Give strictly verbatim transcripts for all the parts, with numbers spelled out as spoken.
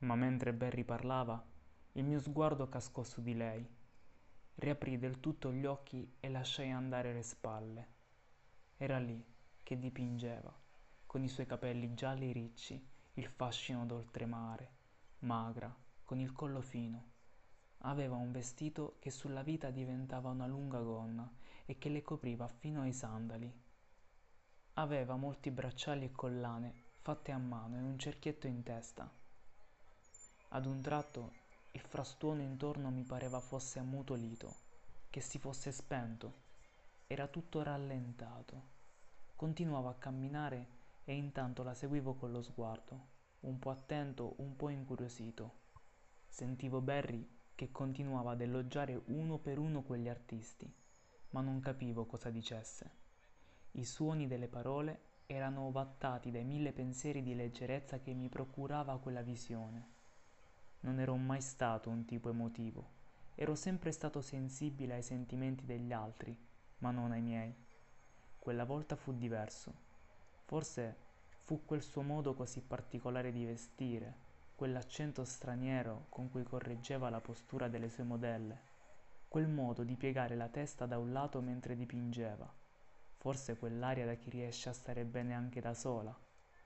Ma mentre Barry parlava, il mio sguardo cascò su di lei. Riaprii del tutto gli occhi e lasciai andare le spalle. Era lì che dipingeva, con i suoi capelli gialli ricci, il fascino d'oltremare, magra, con il collo fino. Aveva un vestito che sulla vita diventava una lunga gonna e che le copriva fino ai sandali. Aveva molti bracciali e collane fatte a mano e un cerchietto in testa. Ad un tratto il frastuono intorno mi pareva fosse ammutolito, che si fosse spento. Era tutto rallentato. Continuava a camminare e intanto la seguivo con lo sguardo, un po' attento, un po' incuriosito. Sentivo Barry che continuava ad elogiare uno per uno quegli artisti, ma non capivo cosa dicesse. I suoni delle parole erano ovattati dai mille pensieri di leggerezza che mi procurava quella visione. Non ero mai stato un tipo emotivo, ero sempre stato sensibile ai sentimenti degli altri, ma non ai miei. Quella volta fu diverso. Forse fu quel suo modo così particolare di vestire, quell'accento straniero con cui correggeva la postura delle sue modelle, quel modo di piegare la testa da un lato mentre dipingeva, forse quell'aria da chi riesce a stare bene anche da sola.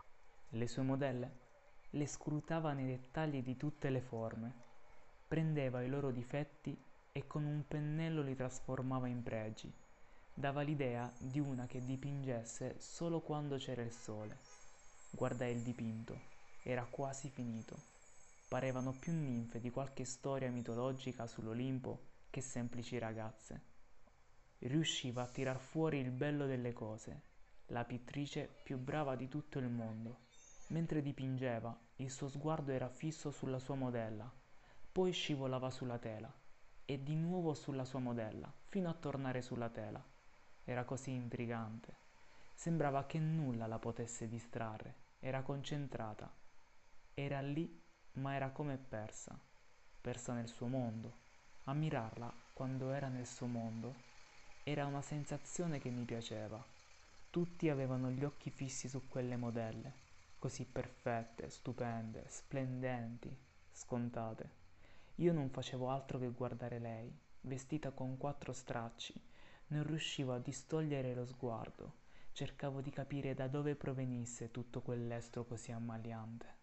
Le sue modelle le scrutava nei dettagli di tutte le forme, prendeva i loro difetti e con un pennello li trasformava in pregi. Dava l'idea di una che dipingesse solo quando c'era il sole. Guardai il dipinto, era quasi finito. Parevano più ninfe di qualche storia mitologica sull'Olimpo che semplici ragazze. Riusciva a tirar fuori il bello delle cose, la pittrice più brava di tutto il mondo. Mentre dipingeva, il suo sguardo era fisso sulla sua modella, poi scivolava sulla tela e di nuovo sulla sua modella, fino a tornare sulla tela. Era così intrigante. Sembrava che nulla la potesse distrarre, era concentrata. Era lì, ma era come persa, persa nel suo mondo. Ammirarla quando era nel suo mondo era una sensazione che mi piaceva. Tutti avevano gli occhi fissi su quelle modelle, così perfette, stupende, splendenti, scontate. Io non facevo altro che guardare lei, vestita con quattro stracci. Non riuscivo a distogliere lo sguardo. Cercavo di capire da dove provenisse tutto quell'estro così ammaliante.